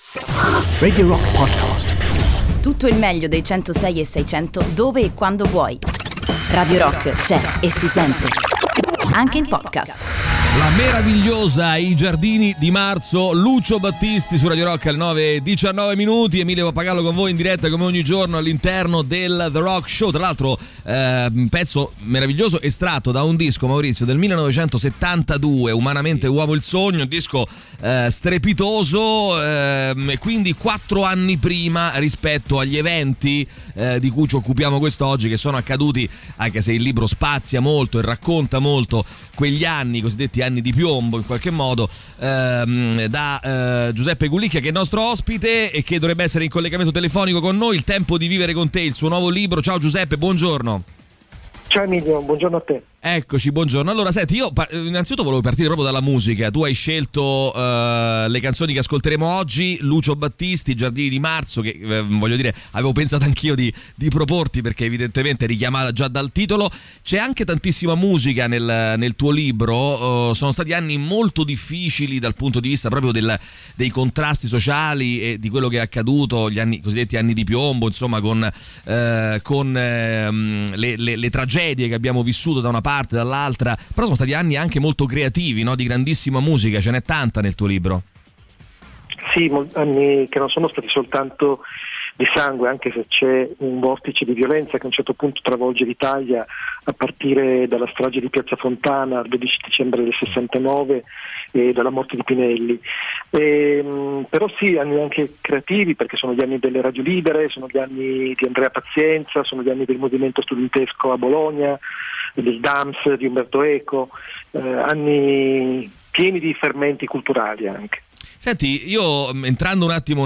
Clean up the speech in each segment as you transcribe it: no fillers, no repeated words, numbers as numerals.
Radio Rock Podcast. Tutto il meglio dei 106 e 600 dove e quando vuoi. Radio Rock c'è e si sente anche in podcast. La meravigliosa I Giardini di Marzo, Lucio Battisti su Radio Rock alle 9:19. Emilio Pappagallo con voi in diretta come ogni giorno all'interno del The Rock Show. Tra l'altro un pezzo meraviglioso estratto da un disco, Maurizio, del 1972, Umanamente Uomo il Sogno, un disco strepitoso, e quindi 4 anni prima rispetto agli eventi di cui ci occupiamo quest'oggi, che sono accaduti, anche se il libro spazia molto e racconta molto quegli anni, i cosiddetti anni di piombo in qualche modo, da Giuseppe Gulicchia, che è il nostro ospite e che dovrebbe essere in collegamento telefonico con noi. Il tempo di vivere con te, il suo nuovo libro. Ciao Giuseppe, buongiorno. Ciao Emilio, buongiorno a te. Eccoci, buongiorno. Allora, senti, io innanzitutto volevo partire proprio dalla musica. Tu hai scelto le canzoni che ascolteremo oggi, Lucio Battisti, Giardini di Marzo, che voglio dire, avevo pensato anch'io di proporti, perché evidentemente è richiamata già dal titolo. C'è anche tantissima musica nel tuo libro. Sono stati anni molto difficili dal punto di vista proprio dei contrasti sociali e di quello che è accaduto, gli anni cosiddetti anni di piombo, insomma, con le tragedie che abbiamo vissuto da una parte e dall'altra, però sono stati anni anche molto creativi, no? Di grandissima musica, ce n'è tanta nel tuo libro. Sì, anni che non sono stati soltanto di sangue, anche se c'è un vortice di violenza che a un certo punto travolge l'Italia, a partire dalla strage di Piazza Fontana il 12 dicembre del 69 e dalla morte di Pinelli. Però sì, anni anche creativi, perché sono gli anni delle radio libere, sono gli anni di Andrea Pazienza, sono gli anni del movimento studentesco a Bologna, del DAMS di Umberto Eco, anni pieni di fermenti culturali anche. Senti, io entrando un attimo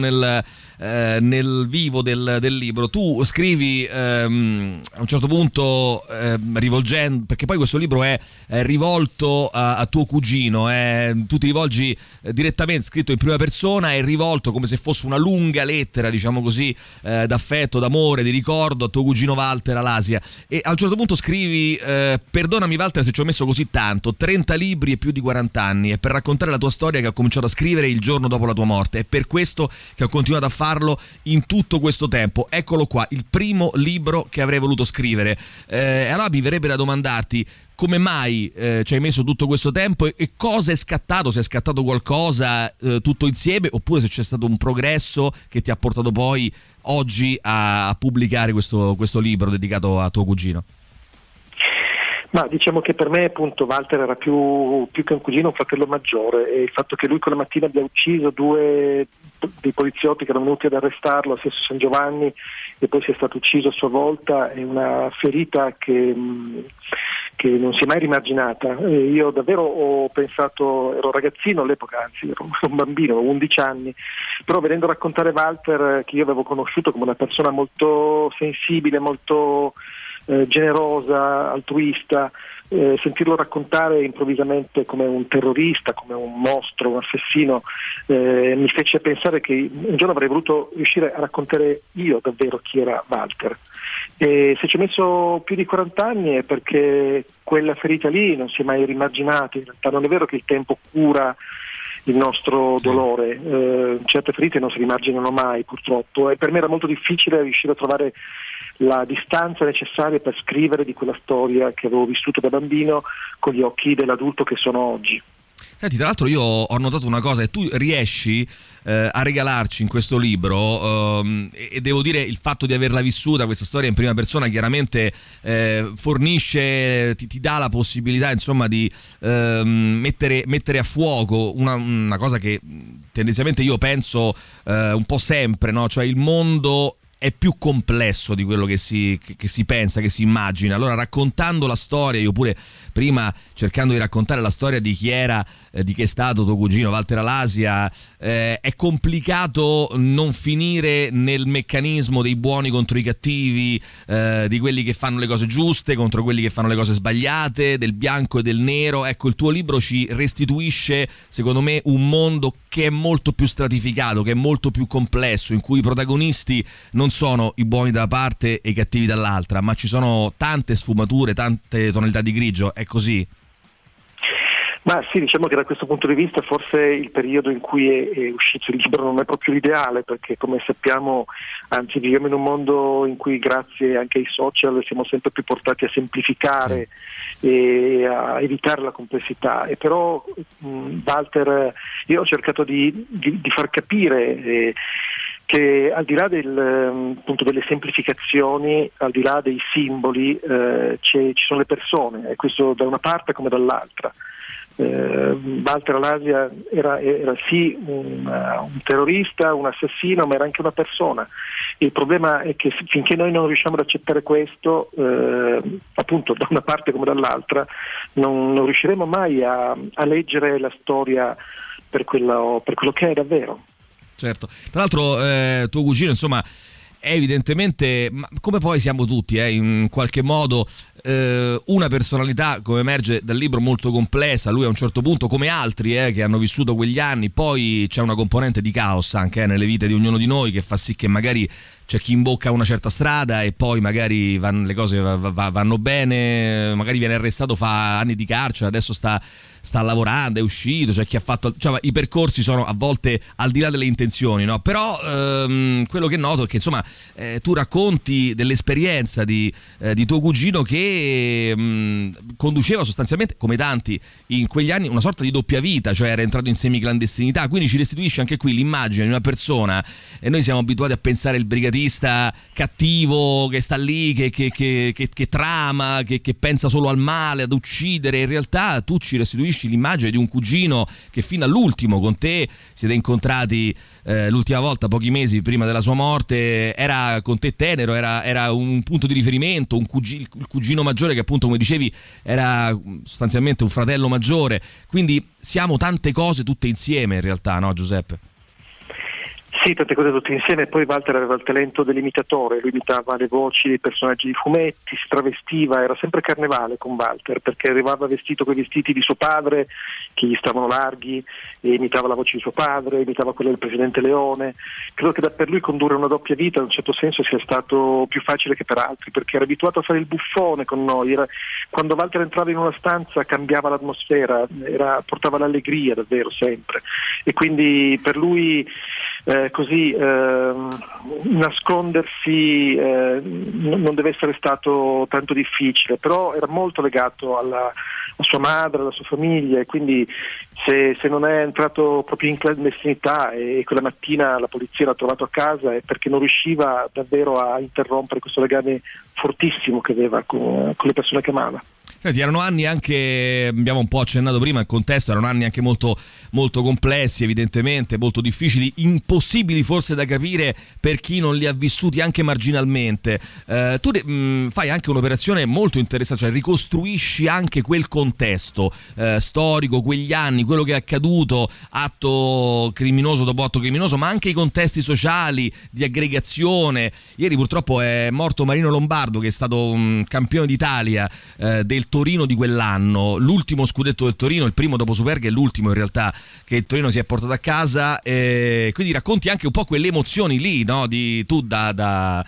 nel vivo del libro, tu scrivi a un certo punto, rivolgendo, perché poi questo libro è rivolto a tuo cugino, tu ti rivolgi direttamente, scritto in prima persona, è rivolto come se fosse una lunga lettera, diciamo così, d'affetto, d'amore, di ricordo a tuo cugino Walter Alasia, e a un certo punto scrivi: perdonami Walter se ci ho messo così tanto, 30 libri e più di 40 anni, è per raccontare la tua storia che ho cominciato a scrivere il giorno dopo la tua morte, è per questo che ho continuato a farlo in tutto questo tempo. Eccolo qua, il primo libro che avrei voluto scrivere. Allora mi verrebbe da domandarti come mai ci hai messo tutto questo tempo e cosa è scattato, se è scattato qualcosa tutto insieme, oppure se c'è stato un progresso che ti ha portato poi oggi a pubblicare questo libro dedicato a tuo cugino. Ma diciamo che per me appunto Walter era più che un cugino, un fratello maggiore, e il fatto che lui quella mattina abbia ucciso 2 dei poliziotti che erano venuti ad arrestarlo a Sesto San Giovanni e poi sia stato ucciso a sua volta è una ferita che non si è mai rimarginata. Io davvero ho pensato, ero ragazzino all'epoca, anzi ero un bambino, 11 anni, però vedendo raccontare Walter, che io avevo conosciuto come una persona molto sensibile, molto generosa, altruista, sentirlo raccontare improvvisamente come un terrorista, come un mostro, un assassino, mi fece pensare che un giorno avrei voluto riuscire a raccontare io davvero chi era Walter. E se ci ho messo più di 40 anni è perché quella ferita lì non si è mai rimarginata. In realtà non è vero che il tempo cura il nostro dolore, certe ferite non si rimarginano mai, purtroppo, e per me era molto difficile riuscire a trovare la distanza necessaria per scrivere di quella storia che avevo vissuto da bambino con gli occhi dell'adulto che sono oggi. Senti, tra l'altro io ho notato una cosa, e tu riesci a regalarci in questo libro, e devo dire il fatto di averla vissuta questa storia in prima persona chiaramente fornisce, ti dà la possibilità insomma di mettere a fuoco una cosa che tendenzialmente io penso un po' sempre, no? Cioè il mondo è più complesso di quello che si pensa, che si immagina. Allora, raccontando la storia, io pure prima cercando di raccontare la storia di chi era, di che è stato tuo cugino Walter Alasia, è complicato non finire nel meccanismo dei buoni contro i cattivi, di quelli che fanno le cose giuste contro quelli che fanno le cose sbagliate, del bianco e del nero. Ecco, il tuo libro ci restituisce, secondo me, un mondo che è molto più stratificato, che è molto più complesso, in cui i protagonisti non sono i buoni da una parte e i cattivi dall'altra, ma ci sono tante sfumature, tante tonalità di grigio. È così? Ma sì, diciamo che da questo punto di vista forse il periodo in cui è uscito il libro non è proprio l'ideale, perché come sappiamo, anzi, viviamo in un mondo in cui grazie anche ai social siamo sempre più portati a semplificare e a evitare la complessità. E però Walter, io ho cercato di far capire che al di là appunto delle semplificazioni, al di là dei simboli, ci sono le persone, e questo da una parte come dall'altra. Walter Alasia era sì un terrorista, un assassino, ma era anche una persona. Il problema è che finché noi non riusciamo ad accettare questo, appunto da una parte come dall'altra, non riusciremo mai a leggere la storia per quello che è davvero. Certo, tra l'altro tuo cugino insomma è evidentemente, ma come poi siamo tutti in qualche modo, una personalità, come emerge dal libro, molto complessa. Lui a un certo punto, come altri che hanno vissuto quegli anni, poi c'è una componente di caos anche nelle vite di ognuno di noi, che fa sì che magari c'è chi imbocca una certa strada e poi magari le cose vanno bene, magari viene arrestato, fa anni di carcere, adesso sta lavorando, è uscito, c'è chi ha fatto, cioè, i percorsi sono a volte al di là delle intenzioni, no? Però quello che noto è che insomma tu racconti dell'esperienza di tuo cugino che conduceva sostanzialmente, come tanti in quegli anni, una sorta di doppia vita, cioè era entrato in semiclandestinità, quindi ci restituisce anche qui l'immagine di una persona, e noi siamo abituati a pensare il brigatista cattivo che sta lì, che trama, che pensa solo al male, ad uccidere. In realtà tu ci restituisci l'immagine di un cugino che fino all'ultimo con te, siete incontrati l'ultima volta pochi mesi prima della sua morte, era con te tenero, era un punto di riferimento, il cugino maggiore che appunto, come dicevi, era sostanzialmente un fratello maggiore. Quindi siamo tante cose tutte insieme in realtà, no Giuseppe? Sì, tante cose tutte insieme. E poi Walter aveva il talento dell'imitatore, lui imitava le voci dei personaggi di fumetti, si travestiva, era sempre carnevale con Walter, perché arrivava vestito con i vestiti di suo padre che gli stavano larghi, e imitava la voce di suo padre, imitava quella del presidente Leone. Credo che per lui condurre una doppia vita in un certo senso sia stato più facile che per altri, perché era abituato a fare il buffone con noi. Quando Walter entrava in una stanza cambiava l'atmosfera, portava l'allegria davvero sempre, e quindi per lui nascondersi non deve essere stato tanto difficile, però era molto legato alla sua madre, alla sua famiglia, e quindi se non è entrato proprio in clandestinità e quella mattina la polizia l'ha trovato a casa, è perché non riusciva davvero a interrompere questo legame fortissimo che aveva con le persone che amava. Senti, erano anni anche, abbiamo un po' accennato prima il contesto, erano anni anche molto, molto complessi, evidentemente, molto difficili, impossibili forse da capire per chi non li ha vissuti anche marginalmente. Tu fai anche un'operazione molto interessante, cioè ricostruisci anche quel contesto storico, quegli anni, quello che è accaduto, atto criminoso dopo atto criminoso, ma anche i contesti sociali di aggregazione. Ieri purtroppo è morto Marino Lombardo, che è stato un campione d'Italia del Torino di quell'anno, l'ultimo scudetto del Torino, il primo dopo Superga e l'ultimo in realtà che il Torino si è portato a casa, quindi racconti anche un po' quelle emozioni lì, no? Tu da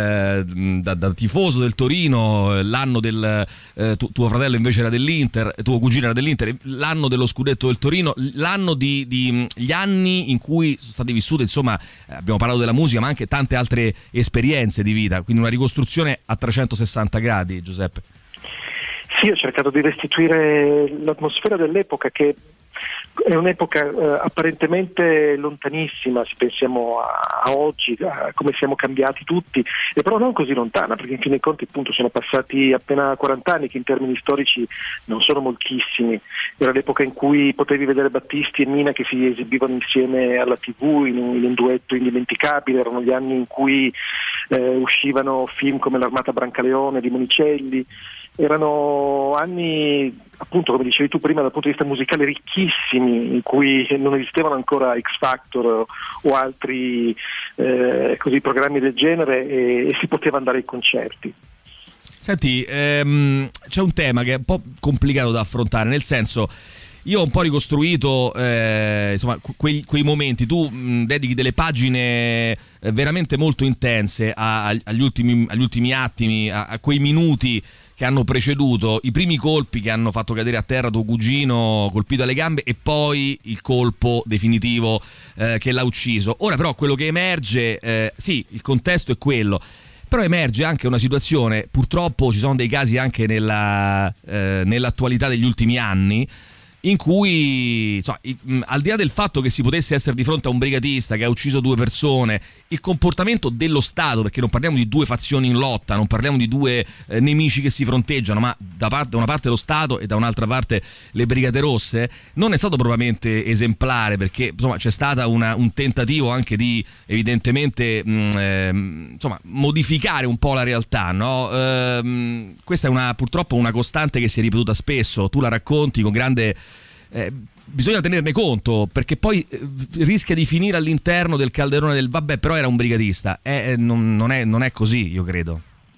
tifoso del Torino, l'anno del tuo fratello invece era dell'Inter, tuo cugino era dell'Inter, l'anno dello scudetto del Torino, l'anno gli anni in cui sono state vissute, insomma, abbiamo parlato della musica ma anche tante altre esperienze di vita, quindi una ricostruzione a 360 gradi, Giuseppe. Sì, ho cercato di restituire l'atmosfera dell'epoca, che è un'epoca apparentemente lontanissima, se pensiamo a oggi, a come siamo cambiati tutti, e però non così lontana, perché in fin dei conti appunto sono passati appena 40 anni, che in termini storici non sono moltissimi. Era l'epoca in cui potevi vedere Battisti e Mina che si esibivano insieme alla TV in un duetto indimenticabile, erano gli anni in cui uscivano film come L'Armata Brancaleone di Monicelli. Erano anni, appunto, come dicevi tu prima, dal punto di vista musicale ricchissimi, in cui non esistevano ancora X Factor o altri programmi del genere, e si poteva andare ai concerti. Senti, c'è un tema che è un po' complicato da affrontare, nel senso, io ho un po' ricostruito insomma quei momenti. Tu dedichi delle pagine veramente molto intense agli ultimi attimi, a quei minuti che hanno preceduto i primi colpi che hanno fatto cadere a terra tuo cugino colpito alle gambe e poi il colpo definitivo che l'ha ucciso. Ora però quello che emerge, sì, il contesto è quello, però emerge anche una situazione, purtroppo ci sono dei casi anche nell'attualità degli ultimi anni, in cui al di là del fatto che si potesse essere di fronte a un brigatista che ha ucciso 2 persone, il comportamento dello Stato, perché non parliamo di 2 fazioni in lotta, non parliamo di 2 nemici che si fronteggiano, ma da una parte lo Stato e da un'altra parte le Brigate Rosse, non è stato propriamente esemplare, perché insomma c'è stato un tentativo anche di evidentemente modificare un po' la realtà, no? Questa è purtroppo una costante che si è ripetuta spesso, tu la racconti con grande... bisogna tenerne conto, perché poi rischia di finire all'interno del calderone del vabbè, però era un brigatista. Non è così, io credo.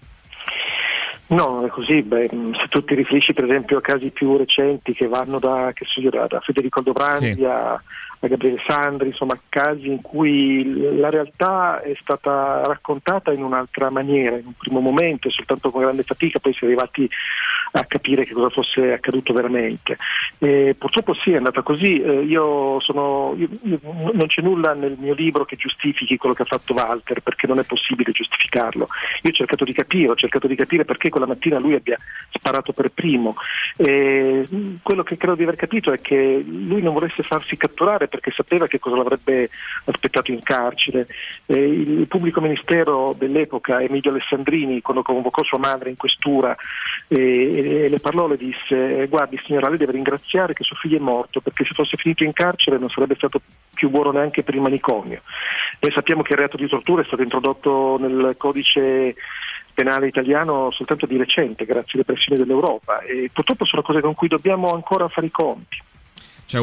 No, non è così. Se tu ti riferisci per esempio a casi più recenti che vanno da Federico Aldobrandi, sì, a Gabriele Sandri, insomma casi in cui la realtà è stata raccontata in un'altra maniera, in un primo momento, soltanto con grande fatica, poi si è arrivati a capire che cosa fosse accaduto veramente. Purtroppo sì, è andata così. Io non c'è nulla nel mio libro che giustifichi quello che ha fatto Walter, perché non è possibile giustificarlo. Io ho cercato di capire perché quella mattina lui abbia sparato per primo. Quello che credo di aver capito è che lui non volesse farsi catturare perché sapeva che cosa l'avrebbe aspettato in carcere. Il pubblico ministero dell'epoca, Emilio Alessandrini, quando convocò sua madre in questura e le parlò, le disse: guardi signora, lei deve ringraziare che suo figlio è morto, perché se fosse finito in carcere non sarebbe stato più buono neanche per il manicomio. Noi sappiamo che il reato di tortura è stato introdotto nel codice penale italiano soltanto di recente, grazie alle pressioni dell'Europa, e purtroppo sono cose con cui dobbiamo ancora fare i conti. C'è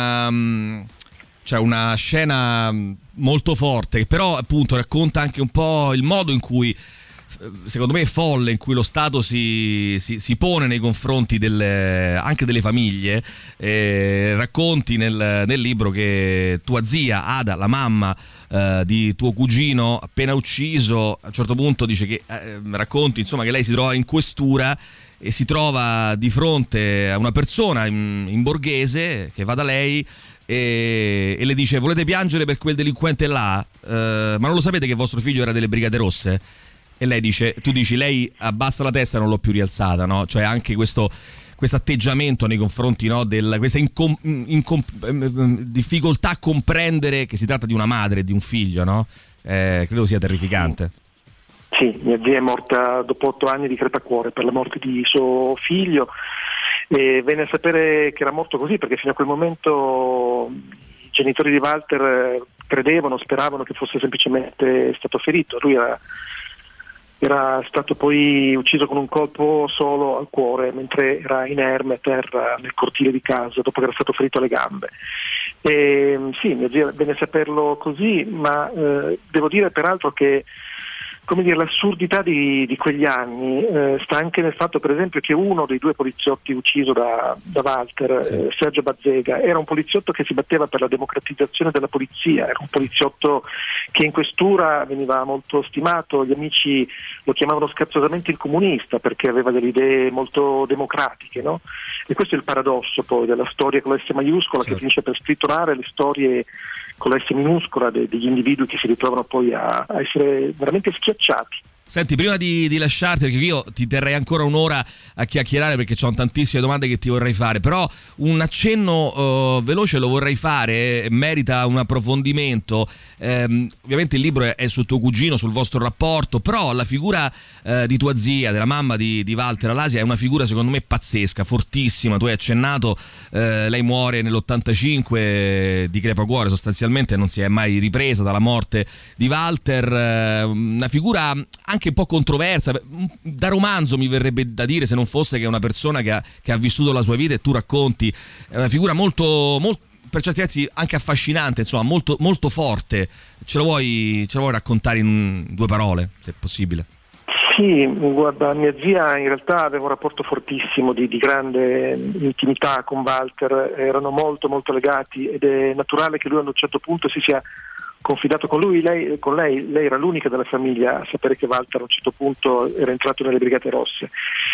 una scena molto forte che però appunto racconta anche un po' il modo in cui, secondo me è folle, in cui lo Stato si pone nei confronti anche delle famiglie. Racconti nel libro che tua zia Ada, la mamma di tuo cugino appena ucciso, a un certo punto dice che racconti insomma che lei si trova in questura e si trova di fronte a una persona in borghese che va da lei e le dice: volete piangere per quel delinquente là? Ma non lo sapete che vostro figlio era delle Brigate Rosse? E lei dice, tu dici, lei abbassa la testa e non l'ho più rialzata, no? Cioè anche questo atteggiamento nei confronti, no, questa difficoltà a comprendere che si tratta di una madre e di un figlio, no? Credo sia terrificante. Sì, mia zia è morta dopo 8 anni di crepacuore per la morte di suo figlio, e venne a sapere che era morto così perché fino a quel momento i genitori di Walter speravano che fosse semplicemente stato ferito. Lui era stato poi ucciso con un colpo solo al cuore mentre era inerme a terra nel cortile di casa dopo che era stato ferito alle gambe. Sì, mia zia venne a saperlo così, ma devo dire peraltro che, come dire, l'assurdità di quegli anni sta anche nel fatto, per esempio, che uno dei 2 poliziotti ucciso da Walter, sì, Sergio Bazzega, era un poliziotto che si batteva per la democratizzazione della polizia, era un poliziotto che in questura veniva molto stimato, gli amici lo chiamavano scherzosamente il comunista perché aveva delle idee molto democratiche, no? E questo è il paradosso poi della storia con la S maiuscola, certo, che finisce per stritolare le storie con la S minuscola degli individui che si ritrovano poi a essere veramente schiacciati. Senti, prima di lasciarti, perché io ti terrei ancora un'ora a chiacchierare perché ho tantissime domande che ti vorrei fare, però un accenno veloce lo vorrei fare, merita un approfondimento. Ovviamente il libro è su tuo cugino, sul vostro rapporto, però la figura di tua zia, della mamma di Walter Alasia, è una figura secondo me pazzesca, fortissima. Tu hai accennato, lei muore nell'85 di crepacuore sostanzialmente, non si è mai ripresa dalla morte di Walter, una figura anche un po' controversa, da romanzo mi verrebbe da dire, se non fosse che è una persona che ha vissuto la sua vita e tu racconti, è una figura molto per certi versi anche affascinante, insomma molto, molto forte. Ce lo vuoi raccontare in 2 parole, se è possibile? Sì, guarda, mia zia in realtà aveva un rapporto fortissimo di grande intimità con Walter, erano molto molto legati ed è naturale che lui a un certo punto si sia confidato con lui. Lei era l'unica della famiglia a sapere che Walter a un certo punto era entrato nelle Brigate Rosse.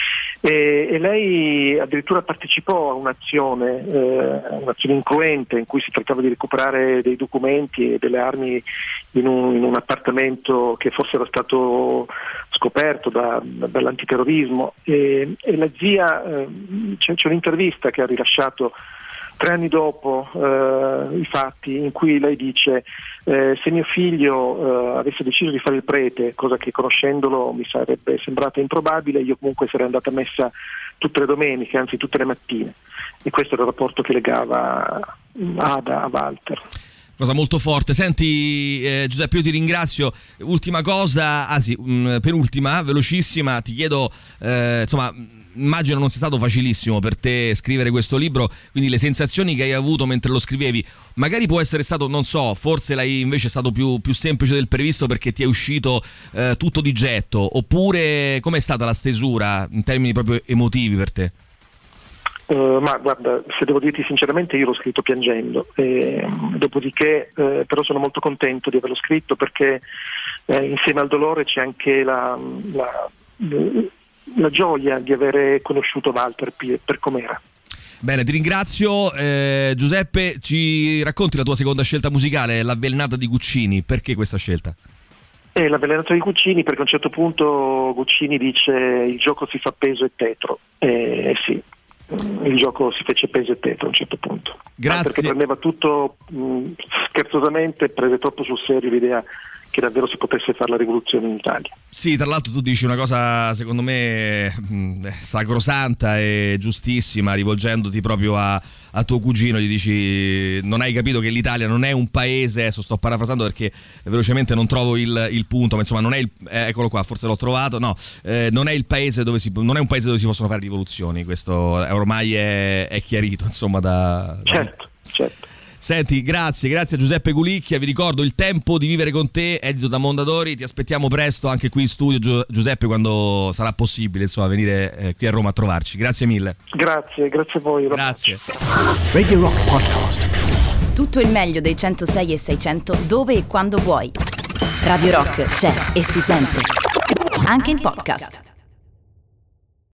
E lei addirittura partecipò a un'azione incruenta in cui si trattava di recuperare dei documenti e delle armi in un appartamento che forse era stato scoperto dall'antiterrorismo, e la zia, c'è un'intervista che ha rilasciato 3 anni dopo i fatti, in cui lei dice: se mio figlio avesse deciso di fare il prete, cosa che conoscendolo mi sarebbe sembrata improbabile, io comunque sarei andata a messa tutte le domeniche, anzi tutte le mattine. E questo era il rapporto che legava Ada a Walter. Cosa molto forte. Senti, Giuseppe, io ti ringrazio. Ultima cosa, anzi penultima, velocissima, ti chiedo, insomma, immagino non sia stato facilissimo per te scrivere questo libro, quindi le sensazioni che hai avuto mentre lo scrivevi, magari può essere stato, non so, forse l'hai invece stato più semplice del previsto perché ti è uscito tutto di getto, oppure com'è stata la stesura in termini proprio emotivi per te? Ma guarda, se devo dirti sinceramente, io l'ho scritto piangendo, dopodiché però sono molto contento di averlo scritto, perché insieme al dolore c'è anche la gioia di avere conosciuto Walter per com'era. Bene, ti ringrazio. Giuseppe, ci racconti la tua seconda scelta musicale, L'Avvelenata di Guccini. Perché questa scelta? L'Avvelenata di Guccini perché a un certo punto Guccini dice: il gioco si fa peso e tetro. Sì, il gioco si fece peso e tetro a un certo punto. Grazie. Perché prendeva tutto scherzosamente, prese troppo sul serio l'idea che davvero si potesse fare la rivoluzione in Italia. Sì, tra l'altro tu dici una cosa secondo me sacrosanta e giustissima, rivolgendoti proprio a tuo cugino, gli dici: non hai capito che l'Italia non è un paese, adesso sto parafrasando perché velocemente non trovo il punto, ma insomma non è eccolo qua, forse l'ho trovato, no, non è il paese dove non è un paese dove si possono fare rivoluzioni, questo ormai è chiarito, insomma, Certo. Senti, grazie a Giuseppe Gulicchia. Vi ricordo Il tempo di vivere con te, edito da Mondadori. Ti aspettiamo presto anche qui in studio, Giuseppe, quando sarà possibile, insomma, venire qui a Roma a trovarci. Grazie mille. Grazie a voi. Grazie. Radio Rock Podcast. Tutto il meglio dei 106 e 600 dove e quando vuoi. Radio Rock c'è e si sente. Anche in podcast.